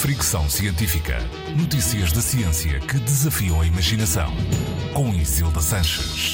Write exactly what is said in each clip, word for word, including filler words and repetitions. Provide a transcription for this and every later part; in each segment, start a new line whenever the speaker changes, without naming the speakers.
Fricção Científica. Notícias da ciência que desafiam a imaginação. Com Isilda Sanches.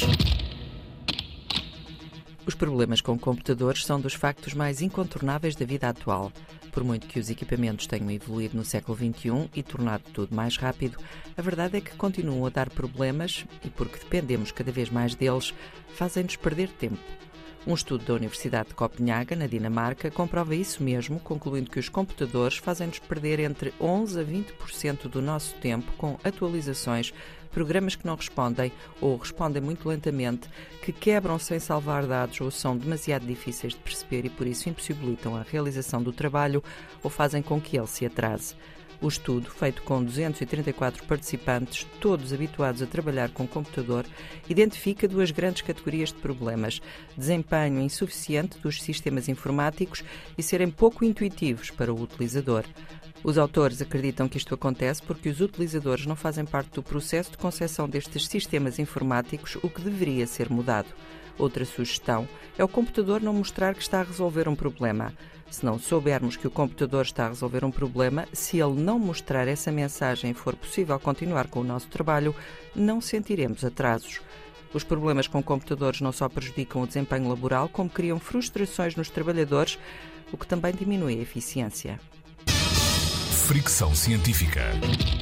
Os problemas com computadores são dos factos mais incontornáveis da vida atual. Por muito que os equipamentos tenham evoluído no século vinte e um e tornado tudo mais rápido, a verdade é que continuam a dar problemas e, porque dependemos cada vez mais deles, fazem-nos perder tempo. Um estudo da Universidade de Copenhaga, na Dinamarca, comprova isso mesmo, concluindo que os computadores fazem-nos perder entre onze a vinte por cento do nosso tempo com atualizações, programas que não respondem ou respondem muito lentamente, que quebram sem salvar dados ou são demasiado difíceis de perceber e por isso impossibilitam a realização do trabalho ou fazem com que ele se atrase. O estudo, feito com duzentos e trinta e quatro participantes, todos habituados a trabalhar com computador, identifica duas grandes categorias de problemas: desempenho insuficiente dos sistemas informáticos e serem pouco intuitivos para o utilizador. Os autores acreditam que isto acontece porque os utilizadores não fazem parte do processo de concepção destes sistemas informáticos, o que deveria ser mudado. Outra sugestão é o computador não mostrar que está a resolver um problema. Se não soubermos que o computador está a resolver um problema, se ele não mostrar essa mensagem e for possível continuar com o nosso trabalho, não sentiremos atrasos. Os problemas com computadores não só prejudicam o desempenho laboral, como criam frustrações nos trabalhadores, o que também diminui a eficiência.
Fricção Científica.